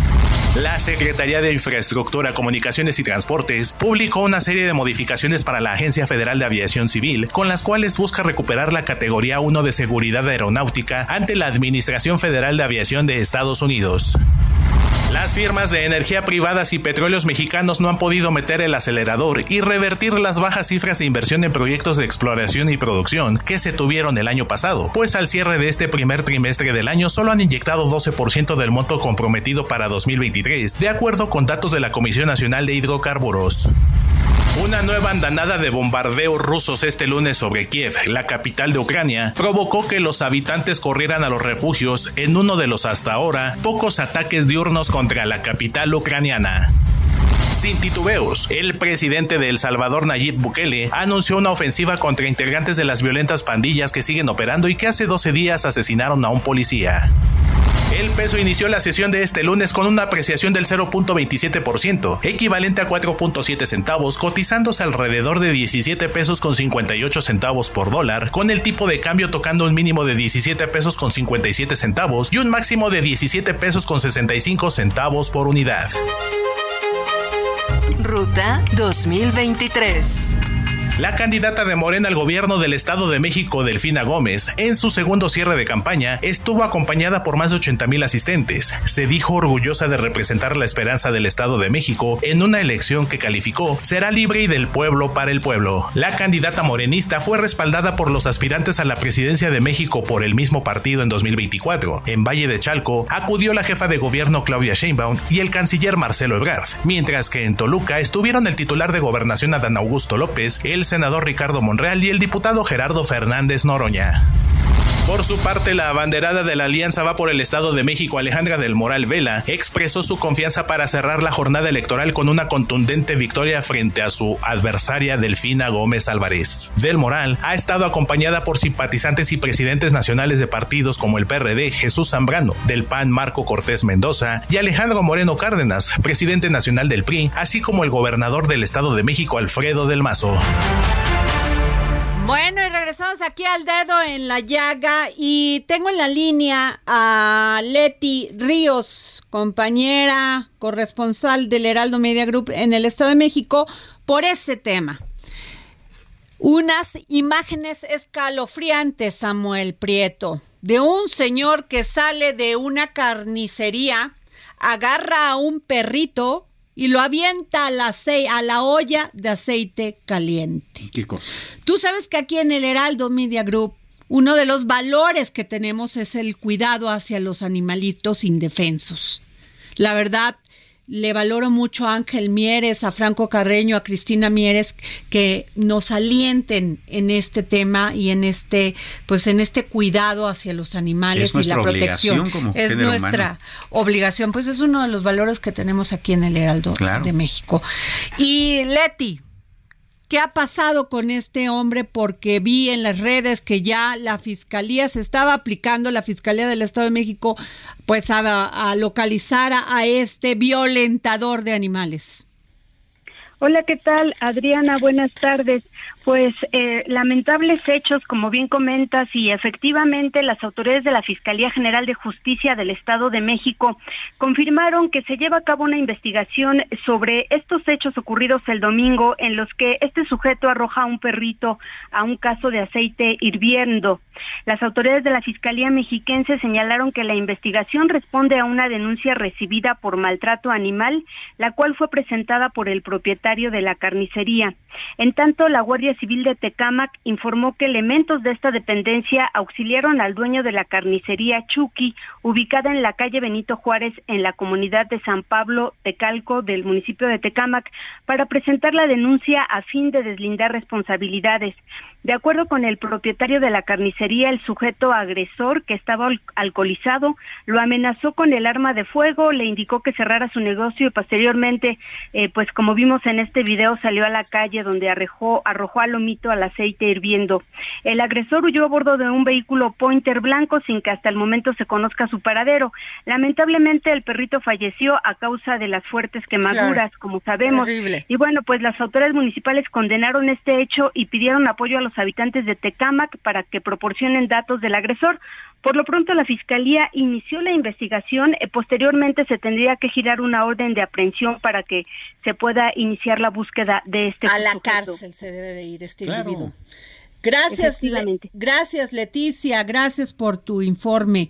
La Secretaría de Infraestructura, Comunicaciones y Transportes publicó una serie de modificaciones para la Agencia Federal de Aviación Civil, con las cuales busca recuperar la categoría uno de seguridad aeronáutica ante la Administración Federal de Aviación de Estados Unidos. Las firmas de energía privadas y petróleos mexicanos no han podido meter el acelerador y revertir las bajas cifras de inversión en proyectos de exploración y producción que se tuvieron el año pasado, pues al cierre de este primer trimestre del año solo han inyectado doce por ciento del monto comprometido para dos mil veintitrés, de acuerdo con datos de la Comisión Nacional de Hidrocarburos. Una nueva andanada de bombardeos rusos este lunes sobre Kiev, la capital de Ucrania, provocó que los habitantes corrieran a los refugios en uno de los hasta ahora pocos ataques diurnos contra la capital ucraniana. Sin titubeos, el presidente de El Salvador, Nayib Bukele, anunció una ofensiva contra integrantes de las violentas pandillas que siguen operando y que hace doce días asesinaron a un policía. El peso inició la sesión de este lunes con una apreciación del cero punto veintisiete por ciento, equivalente a cuatro punto siete centavos, cotizándose alrededor de diecisiete pesos con cincuenta y ocho centavos por dólar, con el tipo de cambio tocando un mínimo de diecisiete pesos con cincuenta y siete centavos y un máximo de diecisiete pesos con sesenta y cinco centavos por unidad. Ruta dos mil veintitrés. La candidata de Morena al gobierno del Estado de México, Delfina Gómez, en su segundo cierre de campaña, estuvo acompañada por más de ochenta mil asistentes. Se dijo orgullosa de representar la esperanza del Estado de México en una elección que calificó será libre y del pueblo para el pueblo. La candidata morenista fue respaldada por los aspirantes a la presidencia de México por el mismo partido en dos mil veinticuatro. En Valle de Chalco acudió la jefa de gobierno Claudia Sheinbaum y el canciller Marcelo Ebrard, mientras que en Toluca estuvieron el titular de Gobernación Adán Augusto López, el senador Ricardo Monreal y el diputado Gerardo Fernández Noroña. Por su parte, la abanderada de la Alianza Va por el Estado de México, Alejandra del Moral Vela, expresó su confianza para cerrar la jornada electoral con una contundente victoria frente a su adversaria Delfina Gómez Álvarez. Del Moral ha estado acompañada por simpatizantes y presidentes nacionales de partidos como el P R D, Jesús Zambrano, del P A N, Marco Cortés Mendoza, y Alejandro Moreno Cárdenas, presidente nacional del P R I, así como el gobernador del Estado de México, Alfredo del Mazo. Bueno, y regresamos aquí al dedo en la llaga y tengo en la línea a Leti Ríos, compañera corresponsal del Heraldo Media Group en el Estado de México, por ese tema. Unas imágenes escalofriantes, Samuel Prieto, de un señor que sale de una carnicería, agarra a un perrito y lo avienta a la, ace- a la olla de aceite caliente. ¿Qué cosa? Tú sabes que aquí en el Heraldo Media Group, uno de los valores que tenemos es el cuidado hacia los animalitos indefensos. La verdad, le valoro mucho a Ángel Mieres, a Franco Carreño, a Cristina Mieres, que nos alienten en este tema y en este, pues en este cuidado hacia los animales y la protección. Como es nuestra humano. Obligación, pues es uno de los valores que tenemos aquí en el Heraldo claro. de México. Y Leti, ¿qué ha pasado con este hombre? Porque vi en las redes que ya la Fiscalía se estaba aplicando, la Fiscalía del Estado de México, pues a, a localizar a, a este violentador de animales. Hola, ¿qué tal, Adriana? Buenas tardes. Pues eh, lamentables hechos, como bien comentas, y efectivamente las autoridades de la Fiscalía General de Justicia del Estado de México confirmaron que se lleva a cabo una investigación sobre estos hechos ocurridos el domingo en los que este sujeto arroja a un perrito a un caso de aceite hirviendo. Las autoridades de la Fiscalía Mexiquense señalaron que la investigación responde a una denuncia recibida por maltrato animal, la cual fue presentada por el propietario de la carnicería. En tanto, la Guardia Civil de Tecámac informó que elementos de esta dependencia auxiliaron al dueño de la carnicería Chucky, ubicada en la calle Benito Juárez, en la comunidad de San Pablo Tecalco del municipio de Tecámac, para presentar la denuncia a fin de deslindar responsabilidades. De acuerdo con el propietario de la carnicería, el sujeto agresor, que estaba al- alcoholizado, lo amenazó con el arma de fuego, le indicó que cerrara su negocio y posteriormente, eh, pues como vimos en este video, salió a la calle donde arrojó, arrojó al lomito al aceite hirviendo. El agresor huyó a bordo de un vehículo Pointer blanco sin que hasta el momento se conozca su paradero. Lamentablemente el perrito falleció a causa de las fuertes quemaduras, claro, como sabemos. Terrible. Y bueno, pues las autoridades municipales condenaron este hecho y pidieron apoyo a los habitantes de Tecámac para que proporcionen datos del agresor. Por lo pronto la Fiscalía inició la investigación, eh, posteriormente se tendría que girar una orden de aprehensión para que se pueda iniciar la búsqueda de este A la sujeto. cárcel se debe de ir este claro. individuo. Gracias, Le- gracias Leticia, gracias por tu informe.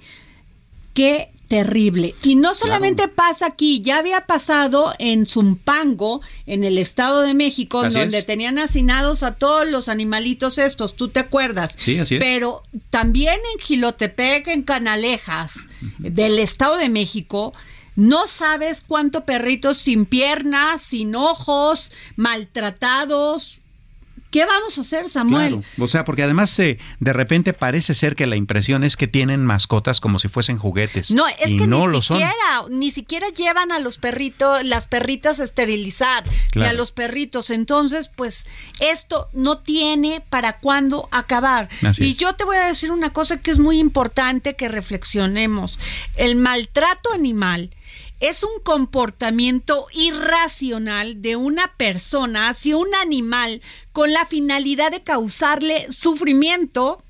Qué terrible. Y no solamente claro. pasa aquí, ya había pasado en Zumpango, en el Estado de México, así donde es. tenían hacinados a todos los animalitos estos, ¿tú te acuerdas? Sí, así es. Pero también en Jilotepec, en Canalejas, uh-huh. del Estado de México, no sabes cuánto perritos sin piernas, sin ojos, maltratados. ¿Qué vamos a hacer, Samuel? Claro. O sea, porque además eh, de repente parece ser que la impresión es que tienen mascotas como si fuesen juguetes. No, es y que no ni lo siquiera, son. ni siquiera llevan a los perritos, las perritas a esterilizar, claro. ni a los perritos. Entonces, pues, esto no tiene para cuándo acabar. Así y es. Yo te voy a decir una cosa que es muy importante que reflexionemos. El maltrato animal es un comportamiento irracional de una persona hacia un animal con la finalidad de causarle sufrimiento,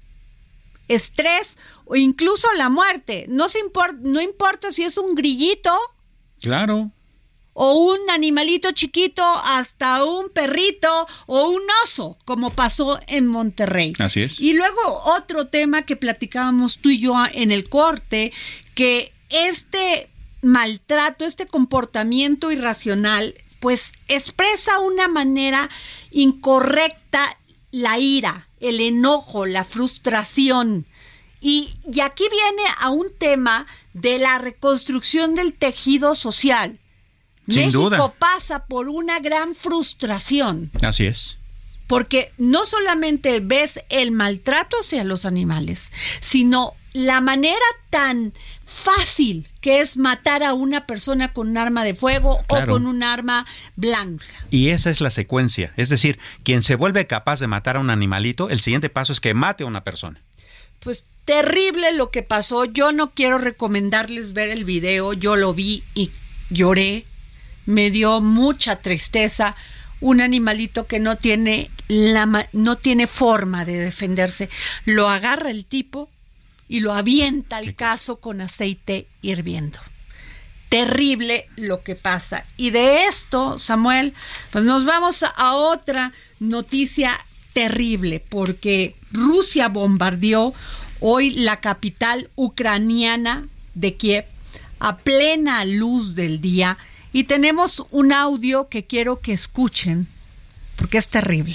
estrés o incluso la muerte. No se import- no importa si es un grillito. Claro. O un animalito chiquito, hasta un perrito o un oso, como pasó en Monterrey. Así es. Y luego otro tema que platicábamos tú y yo en el corte, que este maltrato, este comportamiento irracional, pues expresa una manera incorrecta la ira, el enojo, la frustración. Y, y aquí viene a un tema de la reconstrucción del tejido social. Sin México duda. pasa por una gran frustración. Así es. porque no solamente ves el maltrato hacia los animales, sino la manera tan fácil que es matar a una persona con un arma de fuego, claro, o con un arma blanca. Y esa es la secuencia, es decir, quien se vuelve capaz de matar a un animalito, el siguiente paso es que mate a una persona. Pues terrible lo que pasó. Yo no quiero recomendarles ver el video, yo lo vi y lloré, me dio mucha tristeza. Un animalito que no tiene la no tiene forma de defenderse, lo agarra el tipo y lo avienta al caso con aceite hirviendo. Terrible lo que pasa. Y de esto, Samuel, pues nos vamos a otra noticia terrible, porque Rusia bombardeó hoy la capital ucraniana de Kiev a plena luz del día, y tenemos un audio que quiero que escuchen porque es terrible.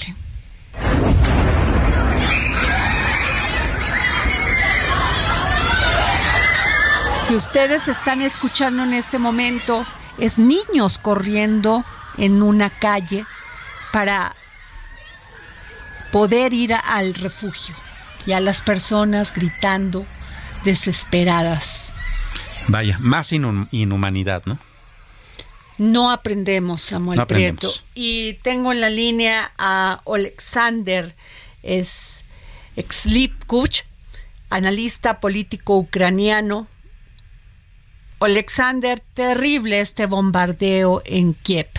Que ustedes están escuchando en este momento es niños corriendo en una calle para poder ir al refugio, y a las personas gritando desesperadas. Vaya, más inhum- inhumanidad, ¿no? No aprendemos, Samuel no aprendemos. Prieto. Y tengo en la línea a Oleksandr Slipkuch, analista político ucraniano. Oleksandr, terrible este bombardeo en Kiev.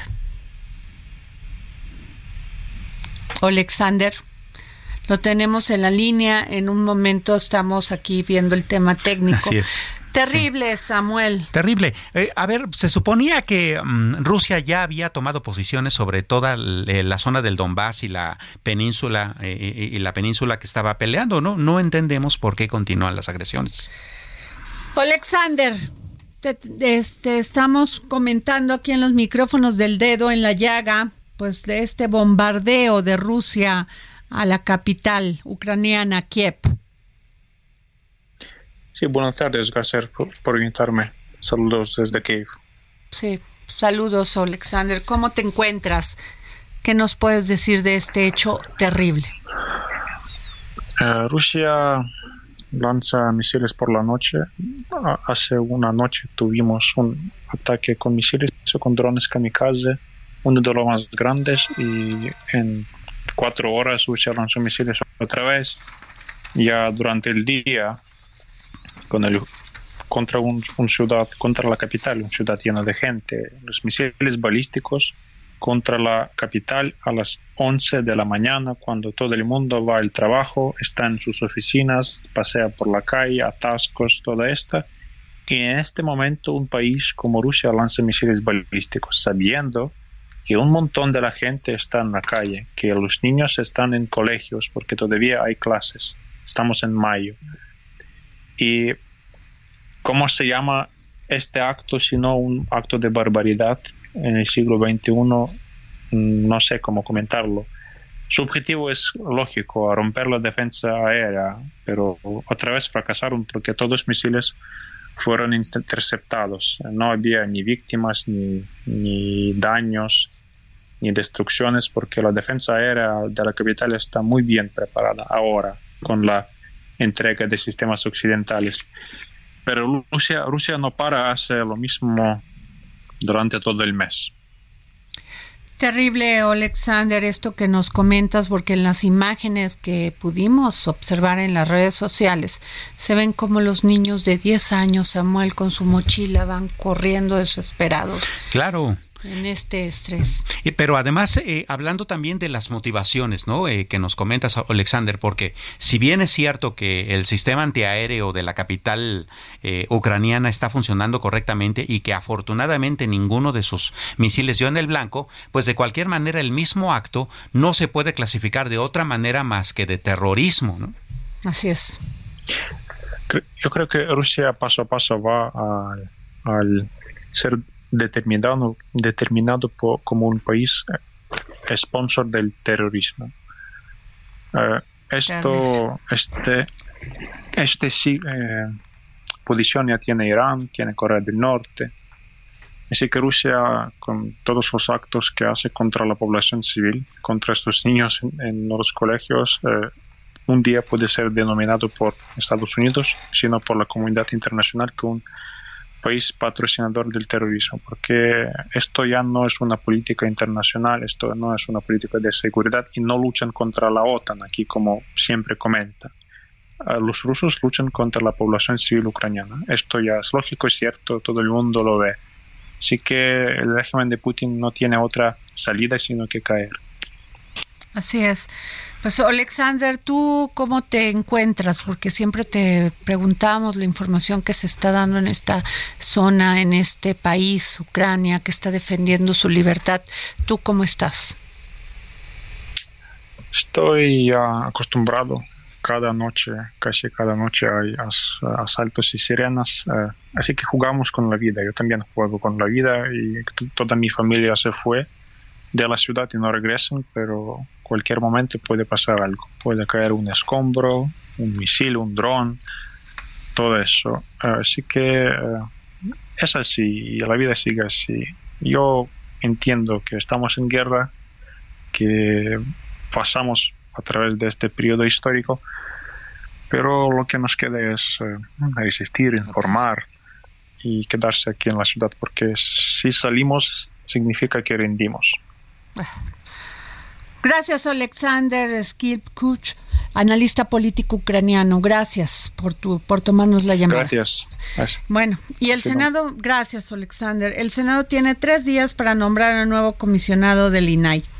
Oleksandr, lo tenemos en la línea. En un momento estamos aquí viendo el tema técnico. Así es. Terrible, sí. Samuel. Terrible. Eh, a ver, se suponía que um, Rusia ya había tomado posiciones sobre toda l- la zona del Donbass y la península eh, y la península que estaba peleando, ¿no? No entendemos por qué continúan las agresiones. Oleksandr, te, te, este, estamos comentando aquí en los micrófonos del Dedo en la Llaga, pues de este bombardeo de Rusia a la capital ucraniana, Kiev. Sí, buenas tardes, gracias por, por invitarme. Saludos desde Kiev. Sí, saludos, Oleksandr. ¿Cómo te encuentras? ¿Qué nos puedes decir de este hecho terrible? Uh, Rusia lanza misiles por la noche. Uh, hace una noche tuvimos un ataque con misiles o con drones kamikaze, uno de los más grandes, y en cuatro horas Rusia lanzó misiles otra vez. Ya durante el día, con el contra un, un ciudad, contra la capital, una ciudad llena de gente, los misiles balísticos contra la capital a las once de la mañana, cuando todo el mundo va al trabajo, está en sus oficinas, pasea por la calle, atascos, toda esta. Y en este momento un país como Rusia lanza misiles balísticos, sabiendo que un montón de la gente está en la calle, que los niños están en colegios porque todavía hay clases. Estamos en mayo. Y ¿cómo se llama este acto sino un acto de barbaridad en el siglo veintiuno? No sé cómo comentarlo. Su objetivo es lógico, romper la defensa aérea, pero otra vez fracasaron porque todos los misiles fueron interceptados. No había ni víctimas, ni, ni daños, ni destrucciones, porque la defensa aérea de la capital está muy bien preparada ahora con la entrega de sistemas occidentales. Pero Rusia, Rusia no para, hace lo mismo durante todo el mes. Terrible, Oleksandr, esto que nos comentas, porque en las imágenes que pudimos observar en las redes sociales se ven como los niños de diez años, Samuel, con su mochila van corriendo desesperados. Claro. En este estrés. Pero además, eh, hablando también de las motivaciones, ¿no? Eh, que nos comentas, Oleksandr, porque si bien es cierto que el sistema antiaéreo de la capital eh, ucraniana está funcionando correctamente y que afortunadamente ninguno de sus misiles dio en el blanco, pues de cualquier manera el mismo acto no se puede clasificar de otra manera más que de terrorismo, ¿no? Así es. Yo creo que Rusia paso a paso va al, al ser determinado determinado por, como un país sponsor del terrorismo. Uh, esto este este sí eh, posición ya tiene Irán, tiene Corea del Norte, Así que Rusia, con todos los actos que hace contra la población civil, contra estos niños en, en los colegios, eh, un día puede ser denominado por Estados Unidos, sino por la comunidad internacional, como un país patrocinador del terrorismo, porque esto ya no es una política internacional, esto no es una política de seguridad y no luchan contra la OTAN, aquí como siempre comenta. Los rusos luchan contra la población civil ucraniana. Esto ya es lógico, es cierto, todo el mundo lo ve. Así que el régimen de Putin no tiene otra salida sino que caer. Así es. Pues Alexander, ¿tú cómo te encuentras? Porque siempre te preguntamos la información que se está dando en esta zona, en este país, Ucrania, que está defendiendo su libertad. ¿Tú cómo estás? Estoy ya acostumbrado. Cada noche, casi cada noche hay as, asaltos y sirenas, eh, así que jugamos con la vida. Yo también juego con la vida y t- toda mi familia se fue de la ciudad y no regresan, pero cualquier momento puede pasar algo. Puede caer un escombro, un misil, un dron, todo eso. Eh, así que eh, es así y la vida sigue así. Yo entiendo que estamos en guerra, que pasamos a través de este periodo histórico, pero lo que nos queda es eh, resistir, informar y quedarse aquí en la ciudad, porque si salimos significa que rendimos. Gracias, Alexander Skilkuch, analista político ucraniano. Gracias por tu por tomarnos la llamada. Gracias. Gracias. Bueno, y el Sí, Senado, gracias, Alexander. El Senado tiene tres días para nombrar a un nuevo comisionado del I N A I.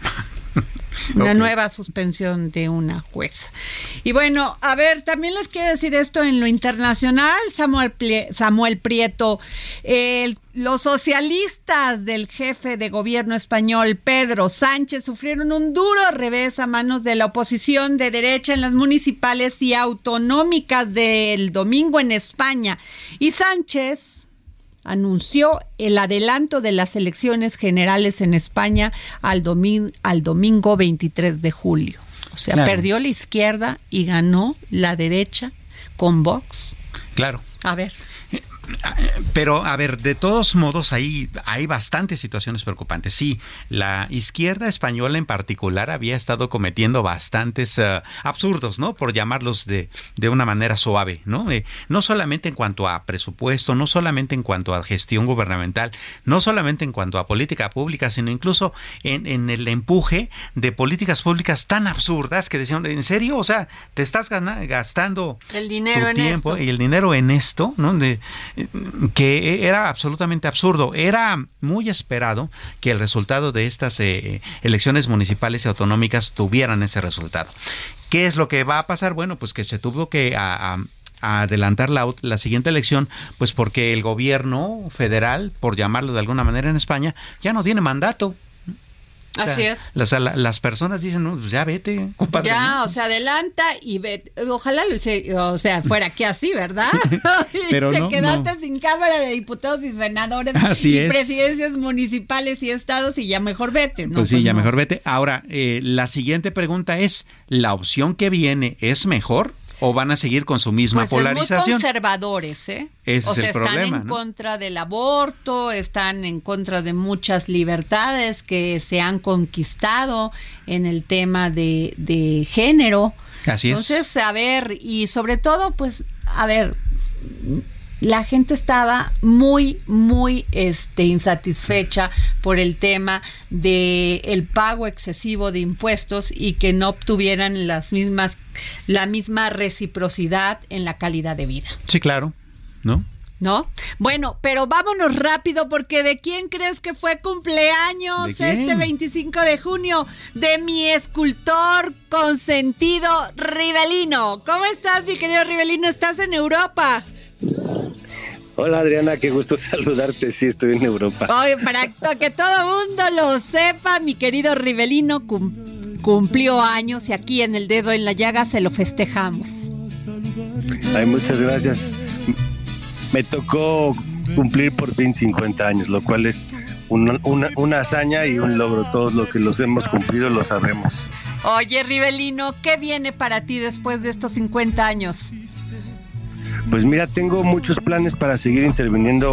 Una okay. nueva suspensión de una jueza. Y bueno, a ver, también les quiero decir esto en lo internacional, Samuel, Plie- Samuel Prieto, el, los socialistas del jefe de gobierno español, Pedro Sánchez, sufrieron un duro revés a manos de la oposición de derecha en las municipales y autonómicas del domingo en España. Y Sánchez anunció el adelanto de las elecciones generales en España al, domi- al domingo veintitrés de julio. O sea, claro. Perdió la izquierda y ganó la derecha con Vox. Claro. A ver. Pero, a ver, de todos modos, ahí hay bastantes situaciones preocupantes. Sí, la izquierda española en particular había estado cometiendo bastantes uh, absurdos, ¿no? Por llamarlos de, de una manera suave, ¿no? Eh, no solamente en cuanto a presupuesto, no solamente en cuanto a gestión gubernamental, no solamente en cuanto a política pública, sino incluso en, en el empuje de políticas públicas tan absurdas que decían, ¿en serio? O sea, te estás gana- gastando el dinero tu en tiempo esto. y el dinero en esto, ¿no? De, que era absolutamente absurdo. Era muy esperado que el resultado de estas eh, elecciones municipales y autonómicas tuvieran ese resultado. ¿Qué es lo que va a pasar? Bueno, pues que se tuvo que a, a, a adelantar la, la siguiente elección, pues porque el gobierno federal, por llamarlo de alguna manera en España, ya no tiene mandato. O sea, así es. Las, las personas dicen, no, pues ya vete, compadre. Ya, ¿no? O sea, adelanta y vete. Ojalá lo hice, o sea, fuera aquí así, ¿verdad? Pero te no, quedaste no. sin Cámara de Diputados y senadores así y es. presidencias municipales y estados y ya mejor vete. ¿no? Pues sí, pues ya no. mejor vete. Ahora, eh, la siguiente pregunta es, ¿la opción que viene es mejor o van a seguir con su misma pues polarización? Es muy conservadores, ¿eh? Ese o sea, es el están problema, en ¿no? contra del aborto, están en contra de muchas libertades que se han conquistado en el tema de, de género. Así es. Entonces, a ver, y sobre todo, pues, a ver, la gente estaba muy, muy este, insatisfecha por el tema de el pago excesivo de impuestos y que no obtuvieran las mismas, la misma reciprocidad en la calidad de vida. Sí, claro, ¿no? ¿No? Bueno, pero vámonos rápido porque ¿de quién crees que fue cumpleaños este veinticinco de junio? De mi escultor consentido Rivelino. ¿Cómo estás, mi querido Rivelino? ¿Estás en Europa? Hola Adriana, qué gusto saludarte, sí, estoy en Europa. Oye, para que todo mundo lo sepa, mi querido Rivelino cum- cumplió años y aquí en El Dedo en la Llaga se lo festejamos. Ay, muchas gracias. Me tocó cumplir por fin cincuenta años, lo cual es una, una, una hazaña y un logro. Todos los que los hemos cumplido lo sabemos. Oye, Rivelino, ¿qué viene para ti después de estos cincuenta años? Pues mira, tengo muchos planes para seguir interviniendo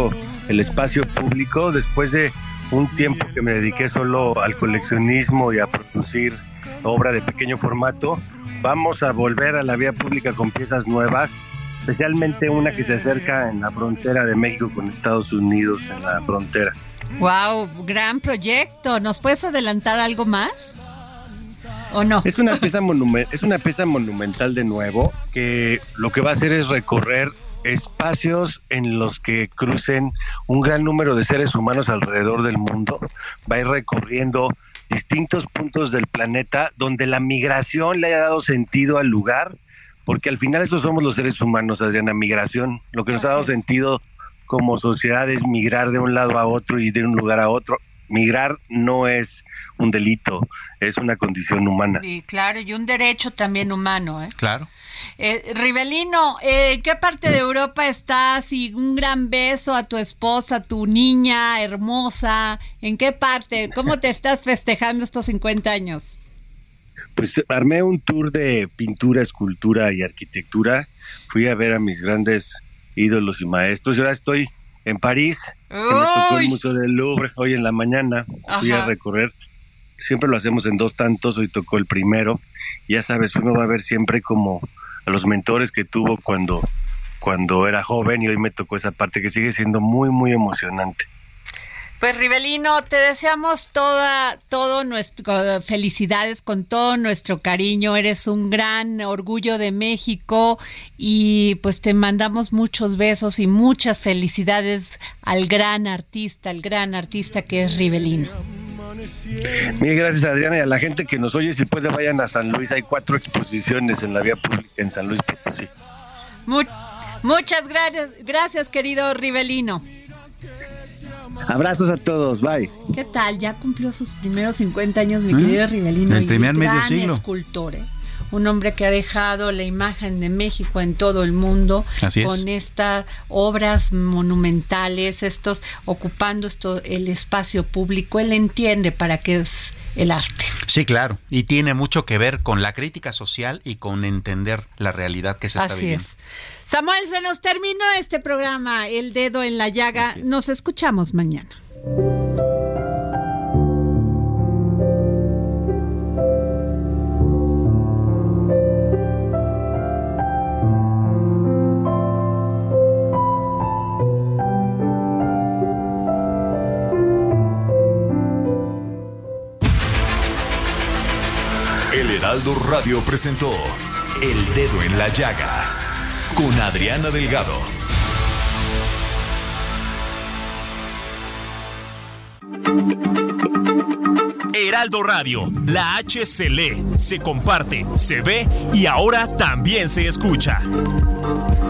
el espacio público, después de un tiempo que me dediqué solo al coleccionismo y a producir obra de pequeño formato, vamos a volver a la vía pública con piezas nuevas, especialmente una que se acerca en la frontera de México con Estados Unidos, en la frontera. Wow, gran proyecto. ¿Nos puedes adelantar algo más? ¿O no? Es una pieza monumental, es una pieza monumental de nuevo, que lo que va a hacer es recorrer espacios en los que crucen un gran número de seres humanos alrededor del mundo. Va a ir recorriendo distintos puntos del planeta donde la migración le haya dado sentido al lugar, porque al final estos somos los seres humanos, Adriana, migración. Lo que nos ha dado sentido como sociedad es migrar de un lado a otro y de un lugar a otro. Migrar no es un delito, es una condición humana. Sí, claro, y un derecho también humano, ¿eh? Claro. Eh, Rivelino, eh, ¿en qué parte de Europa estás? Y un gran beso a tu esposa, tu niña hermosa. ¿En qué parte? ¿Cómo te estás festejando estos cincuenta años? Pues armé un tour de pintura, escultura y arquitectura. Fui a ver a mis grandes ídolos y maestros. Y ahora estoy en París, que me tocó el Museo del Louvre. Hoy en la mañana fui Ajá. a recorrer. Siempre lo hacemos en dos tantos, hoy tocó el primero. Ya sabes, uno va a ver siempre como a los mentores que tuvo cuando, cuando era joven, y hoy me tocó esa parte que sigue siendo muy, muy emocionante. Pues Rivelino, te deseamos toda, todo nuestro, felicidades con todo nuestro cariño. Eres un gran orgullo de México y pues te mandamos muchos besos y muchas felicidades al gran artista, al gran artista que es Rivelino. Mil gracias, Adriana, y a la gente que nos oye, si puede vayan a San Luis, hay cuatro exposiciones en la vía pública en San Luis Potosí. Mu- muchas gracias, gracias querido Rivelino. Abrazos a todos, bye. ¿Qué tal? Ya cumplió sus primeros cincuenta años mi ¿Mm? querido Rivelino. El primer y medio gran siglo. escultor, ¿eh? Un hombre que ha dejado la imagen de México en todo el mundo. Así es. Con estas obras monumentales, estos ocupando esto el espacio público. Él entiende para qué es el arte. Sí, claro, y tiene mucho que ver con la crítica social y con entender la realidad que se está Así viviendo. es. Samuel, se nos terminó este programa, El Dedo en la Llaga. Nos escuchamos mañana. El Heraldo Radio presentó El Dedo en la Llaga con Adriana Delgado. Heraldo Radio, la H se lee, se comparte, se ve y ahora también se escucha.